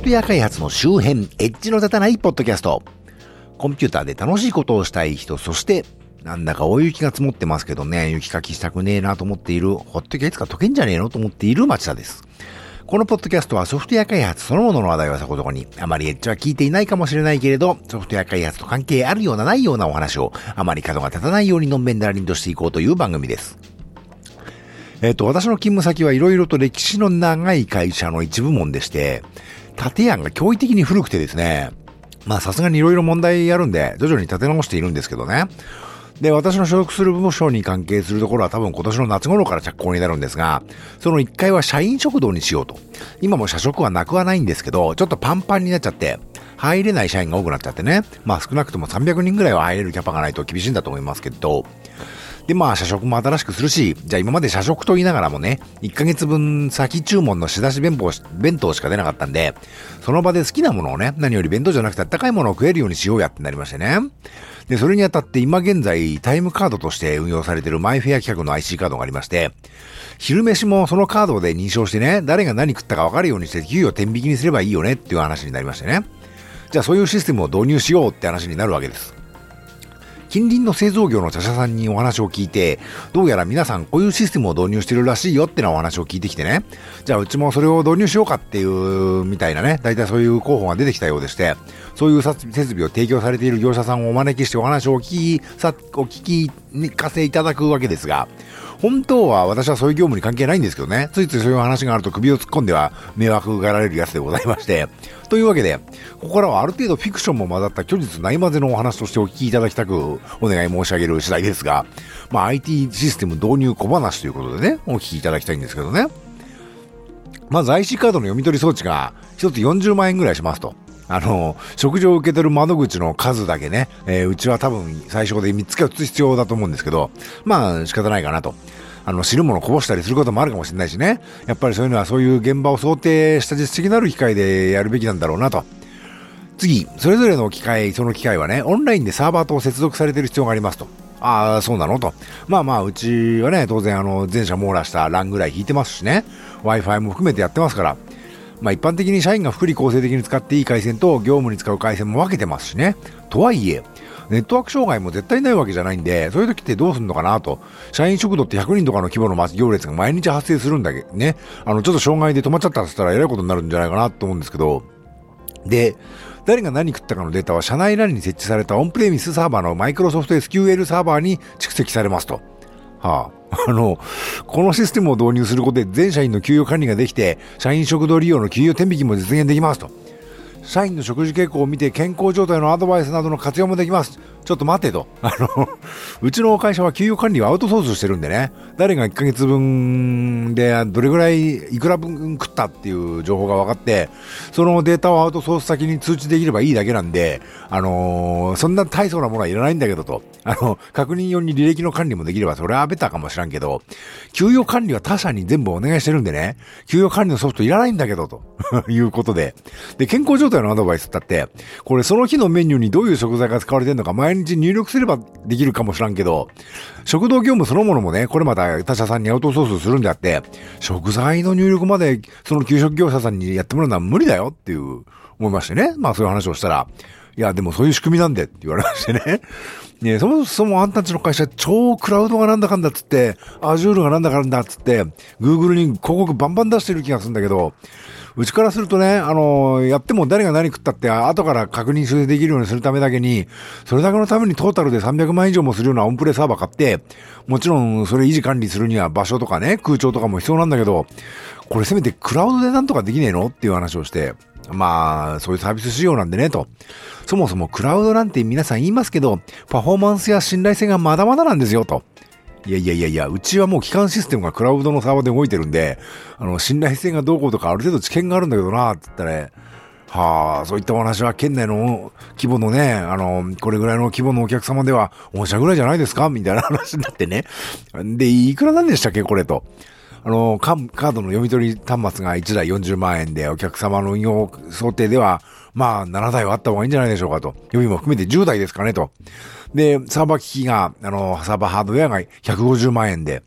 トウェア開発の周辺、エッジの立たないポッドキャスト。コンピューターで楽しいことをしたい人、そして、なんだか大雪が積もってますけどね、雪かきしたくねえなと思っている、ほっときゃいつか溶けんじゃねえのと思っている町田です。このポッドキャストはソフトウェア開発そのものの話題はそこそこに、あまりエッジは聞いていないかもしれないけれど、ソフトウェア開発と関係あるようなないようなお話を、あまり角が立たないようにのんべんだらりんとしていこうという番組です。私の勤務先はいろいろと歴史の長い会社の一部門でして、建案が驚異的に古くてですね、まあさすがにいろいろ問題あるんで、徐々に立て直しているんですけどね。で、私の所属する部署に関係するところは多分今年の夏頃から着工になるんですが、その1階は社員食堂にしようと。今も社食はなくはないんですけど、ちょっとパンパンになっちゃって、入れない社員が多くなっちゃってね。まあ少なくとも300人ぐらいは入れるキャパがないと厳しいんだと思いますけど、で、まあ、社食も新しくするし、じゃあ今まで社食と言いながらもね、1ヶ月分先注文の仕出し弁当しか出なかったんで、その場で好きなものをね、何より弁当じゃなくてあったかいものを食えるようにしようやってなりましてね。で、それにあたって今現在タイムカードとして運用されているマイフェア企画の IC カードがありまして、昼飯もそのカードで認証してね、誰が何食ったか分かるようにして給与天引きにすればいいよねっていう話になりましてね。じゃあそういうシステムを導入しようって話になるわけです。近隣の製造業の茶社さんにお話を聞いて、どうやら皆さんこういうシステムを導入してるらしいよってなお話を聞いてきてね、じゃあうちもそれを導入しようかっていうみたいなね、だいたいそういう候補が出てきたようでして、そういう設備を提供されている業者さんをお招きしてお話をお聞かせいただくわけですが、本当は私はそういう業務に関係ないんですけどね、ついついそういう話があると首を突っ込んでは迷惑がられるやつでございまして、というわけで、ここからはある程度フィクションも混ざった虚実ないまぜのお話としてお聞きいただきたくお願い申し上げる次第ですが、まあ IT システム導入小話ということでね、お聞きいただきたいんですけどね。まず IC カードの読み取り装置が一つ40万円ぐらいしますと。食事を受け取る窓口の数だけね、うちは多分最初で3つか4つ必要だと思うんですけど、まあ仕方ないかなと。汁物こぼしたりすることもあるかもしれないしね。やっぱりそういうのはそういう現場を想定した実績のある機械でやるべきなんだろうなと。次、それぞれの機械、その機械はね、オンラインでサーバーと接続されている必要がありますと。ああ、そうなのと。まあまあ、うちはね、当然全社網羅した LAN ぐらい引いてますしね。Wi-Fi も含めてやってますから。まあ一般的に社員が福利厚生的に使っていい回線と業務に使う回線も分けてますしね。とはいえ、ネットワーク障害も絶対ないわけじゃないんで、そういう時ってどうするのかなと。社員食堂って100人とかの規模の行列が毎日発生するんだけどね。ちょっと障害で止まっちゃったらしたらえらいことになるんじゃないかなと思うんですけど。で、誰が何食ったかのデータは社内 LAN に設置されたオンプレミスサーバーのマイクロソフト SQL サーバーに蓄積されますと。はあ、このシステムを導入することで全社員の給与管理ができて、社員食堂利用の給与天引きも実現できますと。社員の食事傾向を見て健康状態のアドバイスなどの活用もできます。ちょっと待てと。うちの会社は給与管理をアウトソースしてるんでね、誰が1ヶ月分でどれぐらいいくら分食ったっていう情報が分かって、そのデータをアウトソース先に通知できればいいだけなんで、そんな大層なものはいらないんだけどと。確認用に履歴の管理もできればそれはベターかもしらんけど、給与管理は他社に全部お願いしてるんでね、給与管理のソフトいらないんだけどということで、健康状態のアドバイスだって、これその日のメニューにどういう食材が使われてるのか毎日入力すればできるかもしらんけど、食堂業務そのものもね、これまた他社さんにアウトソースするんであって、食材の入力までその給食業者さんにやってもらうのは無理だよっていう思いましてね。まあそういう話をしたら、いやでもそういう仕組みなんでって言われましてね。ね、そもそもあんたちの会社超クラウドがなんだかんだっつって、Azure がなんだかんだっつって、Google に広告バンバン出してる気がするんだけど、うちからするとね、やっても誰が何食ったって後から確認できるようにするためだけに、それだけのためにトータルで300万以上もするようなオンプレサーバー買って、もちろんそれ維持管理するには場所とかね、空調とかも必要なんだけど、これせめてクラウドでなんとかできねえのっていう話をして、まあ、そういうサービス仕様なんでねと。そもそもクラウドなんて皆さん言いますけど、パフォーマンスや信頼性がまだまだなんですよと。いや、うちはもう基幹システムがクラウドのサーバーで動いてるんで、信頼性がどうこうとかある程度知見があるんだけどな、って言ったら、ね、はあ、そういったお話は県内の規模のね、これぐらいの規模のお客様では、御社ぐらいじゃないですかみたいな話になってね。で、いくらなんでしたっけこれと。カードの読み取り端末が1台40万円で、お客様の運用想定では、まあ、7台はあった方がいいんじゃないでしょうかと。予備も含めて10台ですかねと。で、サーバー機器が、サーバーハードウェアが150万円で、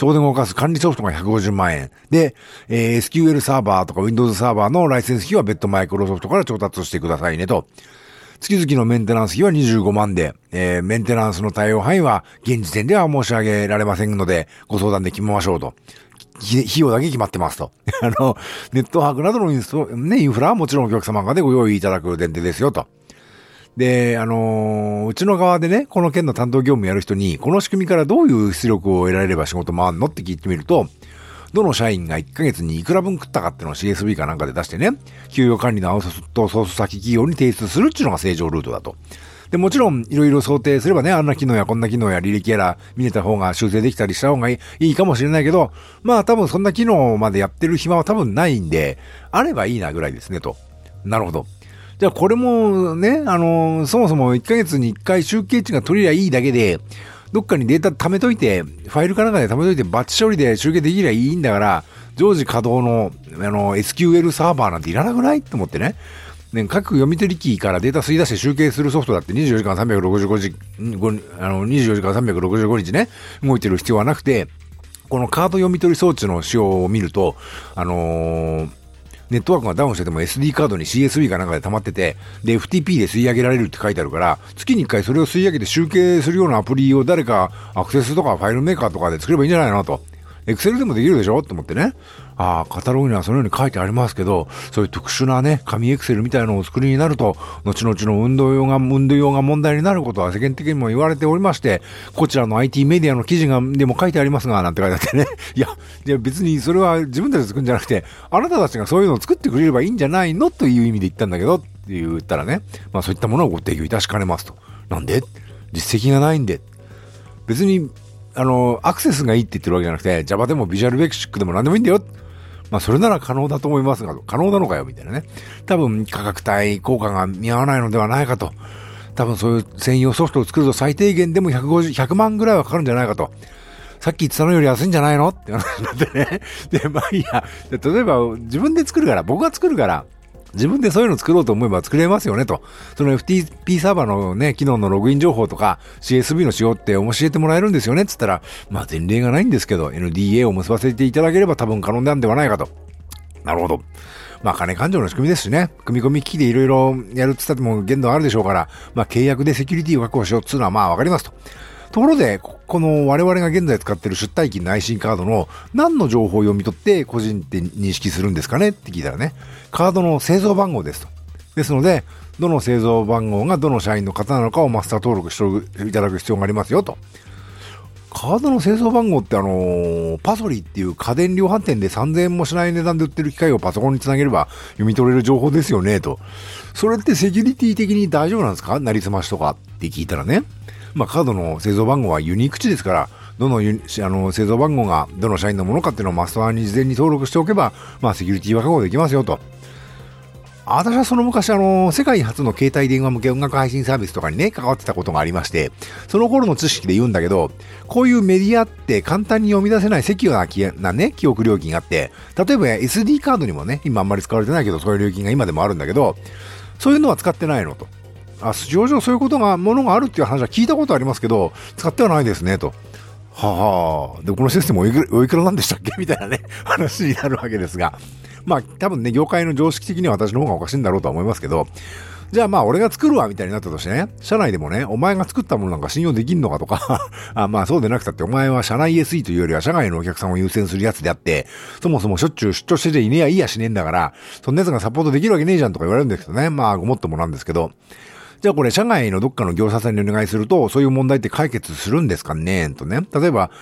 送電を動かす管理ソフトが150万円。で、SQL サーバーとか Windows サーバーのライセンス費は別途マイクロソフトから調達してくださいねと。月々のメンテナンス費は25万で、メンテナンスの対応範囲は現時点では申し上げられませんので、ご相談で決めましょうと。費用だけ決まってますと。ネットワークなどのインフラはもちろんお客様がでご用意いただく前提ですよと。で、うちの側でね、この件の担当業務やる人に、この仕組みからどういう出力を得られれば仕事回るのって聞いてみると、どの社員が1ヶ月にいくら分食ったかっていうのを CSV かなんかで出してね、給与管理のアウトソース先企業に提出するっていうのが正常ルートだと。で、もちろん、いろいろ想定すればね、あんな機能やこんな機能や履歴やら見れた方が修正できたりした方がいいかもしれないけど、まあ多分そんな機能までやってる暇は多分ないんで、あればいいなぐらいですねと。なるほど。じゃあこれもね、そもそも1ヶ月に1回集計値が取れりゃいいだけで、どっかにデータ貯めといて、ファイルかなんかで貯めといてバッチ処理で集計できりゃいいんだから、常時稼働の、SQL サーバーなんていらなくないって思ってね。各読み取り機からデータ吸い出して集計するソフトだって24時間365日、24時間365日ね、動いてる必要はなくて、このカード読み取り装置の仕様を見ると、ネットワークがダウンしてても SD カードに CSV かなんかで溜まってて、で、FTP で吸い上げられるって書いてあるから、月に1回それを吸い上げて集計するようなアプリを誰かアクセスとかファイルメーカーとかで作ればいいんじゃないのと。Excel でもできるでしょって思ってね。カタログにはそのように書いてありますけど、そういう特殊なね、紙 Excel みたいなのをお作りになると、後々の運動用が問題になることは世間的にも言われておりまして、こちらの IT メディアの記事でも書いてありますが、なんて書いてあってね。いや別にそれは自分たちで作るんじゃなくて、あなたたちがそういうのを作ってくれればいいんじゃないのという意味で言ったんだけど、って言ったらね、まあそういったものをご提供いたしかねますと。なんで実績がないんで。別に、アクセスがいいって言ってるわけじゃなくて、Java でも Visual Basic でも何でもいいんだよ。まあ、それなら可能だと思いますが、可能なのかよ、みたいなね。多分、価格帯効果が見合わないのではないかと。多分、そういう専用ソフトを作ると最低限でも100万ぐらいはかかるんじゃないかと。さっき言ってたのより安いんじゃないのって話になってね。で、まあいいや。例えば、自分で作るから、僕が作るから、自分でそういうの作ろうと思えば作れますよねと。その FTP サーバーのね、機能のログイン情報とか CSV の仕様って教えてもらえるんですよねっつったら、まあ前例がないんですけど、NDA を結ばせていただければ多分可能なんではないかと。なるほど。まあ金勘定の仕組みですしね。組み込み機器でいろいろやるっつったっても限度あるでしょうから、まあ契約でセキュリティを確保しようっつうのはまあわかりますと。ところで、この我々が現在使っている出退金の IC カードの何の情報を読み取って個人って認識するんですかねって聞いたらね、カードの製造番号ですと。ですので、どの製造番号がどの社員の方なのかをマスター登録していただく必要がありますよと。カードの製造番号ってパソリっていう家電量販店で3000円もしない値段で売ってる機械をパソコンにつなげれば読み取れる情報ですよねと。それってセキュリティ的に大丈夫なんですか？なりすましとかって聞いたらね、まあカードの製造番号はユニーク値ですから、どの製造番号がどの社員のものかっていうのをマスターに事前に登録しておけば、まあセキュリティは確保できますよと。私はその昔世界初の携帯電話向け音楽配信サービスとかにね、関わってたことがありまして、その頃の知識で言うんだけど、こういうメディアって簡単に読み出せないセキュアなね、記憶料金があって、例えば SD カードにもね、今あんまり使われてないけど、そういう料金が今でもあるんだけど、そういうのは使ってないのと。市場上そういうものがあるっていう話は聞いたことありますけど、使ってはないですね、と。はあ、で、このシステムおいくらなんでしたっけみたいなね、話になるわけですが。まあ、多分ね、業界の常識的には私の方がおかしいんだろうとは思いますけど、じゃあまあ、俺が作るわ、みたいになったとしてね、社内でもね、お前が作ったものなんか信用できんのかとか、まあそうでなくたって、お前は社内 SE というよりは社外のお客さんを優先するやつであって、そもそもしょっちゅう出張してていねやいいやしねえんだから、そんなやつがサポートできるわけねえじゃんとか言われるんですけどね、まあごもっともなんですけど、じゃあこれ社外のどっかの業者さんにお願いすると、そういう問題って解決するんですかねとね。例えば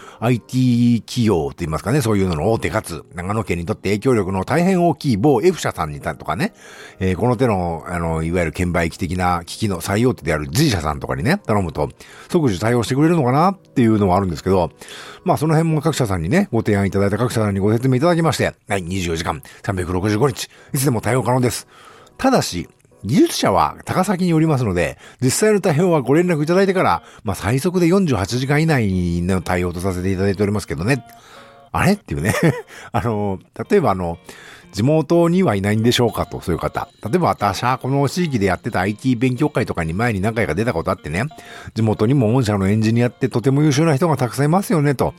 IT 企業と言いますかね、そういうのの大手かつ、長野県にとって影響力の大変大きい某 F 社さんにとかね、この手の、いわゆる券売機的な機器の最大手である G 社さんとかにね、頼むと、即時対応してくれるのかなっていうのはあるんですけど、まあその辺も各社さんにね、ご提案いただいた各社さんにご説明いただきまして、はい、24時間365日、いつでも対応可能です。ただし、技術者は高崎によりますので、実際の対応はご連絡いただいてから、まあ最速で48時間以内の対応とさせていただいておりますけどね。あれっていうね。例えば地元にはいないんでしょうかと、そういう方。例えば私はこの地域でやってた IT 勉強会とかに前に何回か出たことあってね、地元にも御社のエンジニアってとても優秀な人がたくさんいますよねと。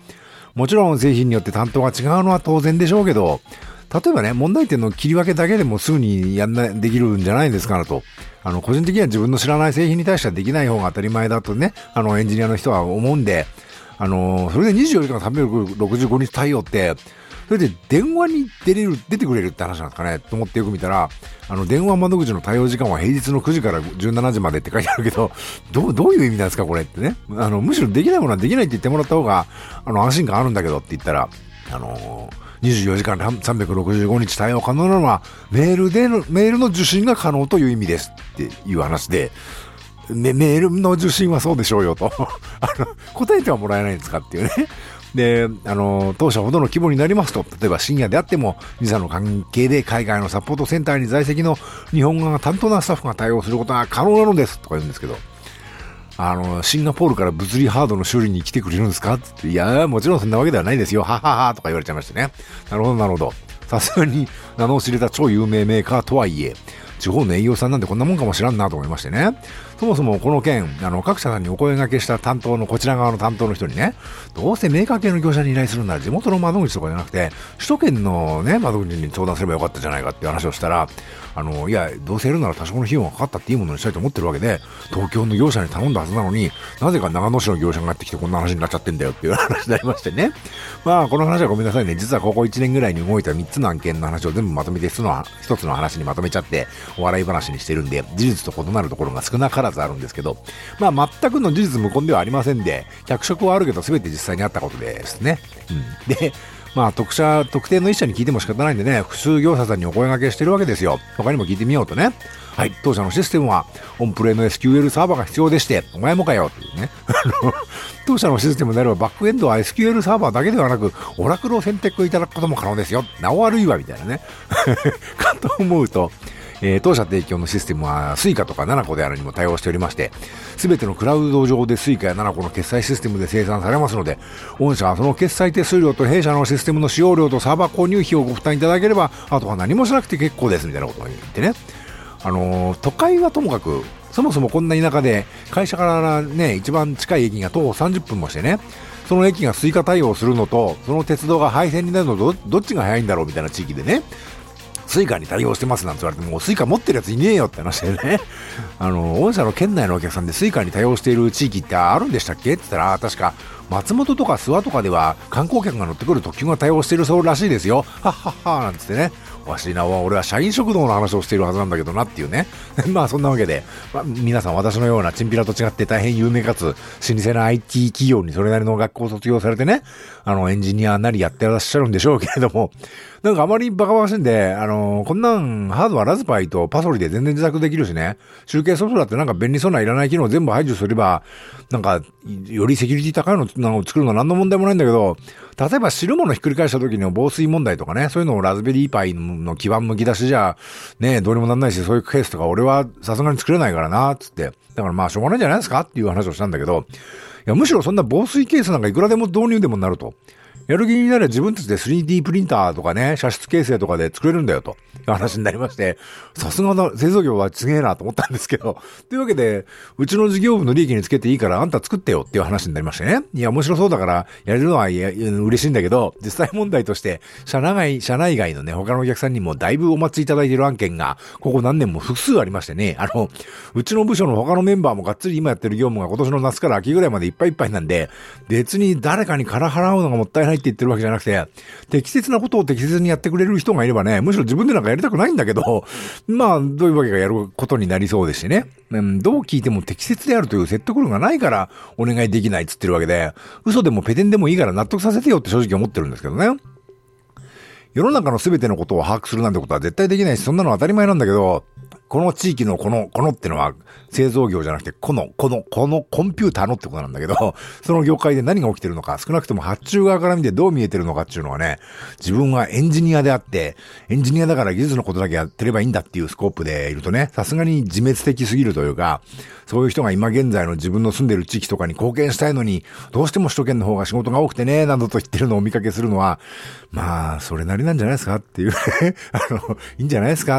もちろん製品によって担当が違うのは当然でしょうけど、例えばね、問題点の切り分けだけでもすぐにできるんじゃないですかなと。個人的には自分の知らない製品に対してはできない方が当たり前だとね、エンジニアの人は思うんで、それで24時間365日対応って、それで電話に出てくれるって話なんですかねと思ってよく見たら、電話窓口の対応時間は平日の9時から17時までって書いてあるけど、どういう意味なんですかこれってね。むしろできないものはできないって言ってもらった方が、安心感あるんだけどって言ったら、24時間365日対応可能なのは、メールの受信が可能という意味ですっていう話で、メールの受信はそうでしょうよと。答えてはもらえないんですかっていうね。で、当社ほどの規模になりますと、例えば深夜であっても、時差の関係で海外のサポートセンターに在籍の日本語が担当なスタッフが対応することが可能なのですとか言うんですけど、シンガポールから物理ハードの修理に来てくれるんですかって、いやー、もちろんそんなわけではないですよ。はははとか言われちゃいましてね。なるほど、なるほど。さすがに名の知れた超有名メーカーとはいえ、地方の営業さんなんてこんなもんかもしらんなと思いましてね。そもそもこの件、各社さんにお声掛けしたこちら側の担当の人にね、どうせメーカー系の業者に依頼するなら地元の窓口とかじゃなくて、首都圏のね、窓口に相談すればよかったじゃないかっていう話をしたら、いや、どうせやるなら多少の費用がかかったっていいものにしたいと思ってるわけで、東京の業者に頼んだはずなのに、なぜか長野市の業者がやってきてこんな話になっちゃってんだよっていう話になりましてね。まあ、この話はごめんなさいね。実はここ1年ぐらいに動いた3つの案件の話を全部まとめて1つの話にまとめちゃって、お笑い話にしてるんで、事実と異なるところが少なからずあるんですけど、まあ、全くの事実無根ではありませんで、脚色はあるけど全て実際にあったことですね。で、まあ、特定の一社に聞いても仕方ないんでね、複数業者さんにお声掛けしてるわけですよ。他にも聞いてみようとね。はい、当社のシステムは、オンプレの SQL サーバーが必要でして、お前もかよっていうね。当社のシステムであれば、バックエンドは SQL サーバーだけではなく、オラクルを選択いただくことも可能ですよ。なお悪いわ、みたいなね。かと思うと、当社提供のシステムは Suica とか Nanaco であるにも対応しておりまして、すべてのクラウド上で Suica や Nanaco の決済システムで生産されますので、御社はその決済手数料と弊社のシステムの使用料とサーバー購入費をご負担いただければ、あとは何もしなくて結構ですみたいなことを言ってね。都会はともかく、そもそもこんな田舎で会社からね、一番近い駅が徒歩30分もしてね、その駅がSuica対応するのと、その鉄道が廃線になるのとどっちが早いんだろうみたいな地域でね、Suicaに対応してますなんて言われても、Suica持ってるやついねえよって話でね。御社の県内のお客さんでSuicaに対応している地域ってあるんでしたっけって言ったら、確か松本とか諏訪とかでは観光客が乗ってくる特急が対応しているそうらしいですよ。はっはっはなんつってね。おかしいな、俺は社員食堂の話をしているはずなんだけどなっていうね。まあそんなわけで、皆さん私のようなチンピラと違って大変有名かつ老舗な IT 企業にそれなりの学校を卒業されてね、エンジニアなりやってらっしゃるんでしょうけれども、なんかあまりバカバカしいんで、こんなんハードはラズパイとパソリで全然自作できるしね、集計ソフトだってなんか便利そうないらない機能を全部排除すれば、なんかよりセキュリティ高いのを作るのは何の問題もないんだけど、例えば汁物ひっくり返した時の防水問題とかね、そういうのをラズベリーパイの基板むき出しじゃ、ね、どうにもなんないし、そういうケースとか俺はさすがに作れないからな、つって。だからまあしょうがないんじゃないですかっていう話をしたんだけど、いやむしろそんな防水ケースなんかいくらでも導入でもなると。やる気になれば自分たちで 3D プリンターとかね、射出形成とかで作れるんだよという話になりまして、さすがの製造業はすげえなと思ったんですけど、というわけで、うちの事業部の利益につけていいからあんた作ってよっていう話になりましてね。いや、面白そうだからやれるのは嬉しいんだけど、実際問題として、社内外のね、他のお客さんにもだいぶお待ちいただいている案件が、ここ何年も複数ありましてね、うちの部署の他のメンバーもがっつり今やってる業務が今年の夏から秋ぐらいまでいっぱいいっぱいなんで、別に誰かに金払うのがもったいないって言ってるわけじゃなくて、適切なことを適切にやってくれる人がいればね、むしろ自分でなんかやりたくないんだけど、まあ、どういうわけかやることになりそうですしね。どう聞いても適切であるという説得力がないからお願いできないっつってるわけで、嘘でもペテンでもいいから納得させてよって正直思ってるんですけどね。世の中の全てのことを把握するなんてことは絶対できないし、そんなの当たり前なんだけど、この地域のこのってのは製造業じゃなくて、このコンピューターのってことなんだけど、その業界で何が起きてるのか、少なくとも発注側から見てどう見えてるのかっていうのはね、自分はエンジニアであって、エンジニアだから技術のことだけやってればいいんだっていうスコープでいるとね、さすがに自滅的すぎるというか、そういう人が今現在の自分の住んでる地域とかに貢献したいのに、どうしても首都圏の方が仕事が多くてね、などと言ってるのをお見かけするのは、まあ、それなりなんじゃないですかっていう、いいんじゃないですか。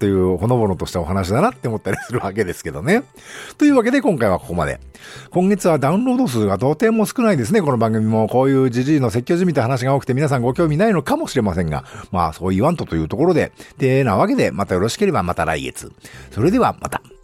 っていうほのぼのとしたお話だなって思ったりするわけですけどね。というわけで今回はここまで。今月はダウンロード数がとても少ないですね。この番組もこういうジジイの説教じみた話が多くて皆さんご興味ないのかもしれませんが、まあそう言わんというところで、てなわけでまたよろしければまた来月。それではまた。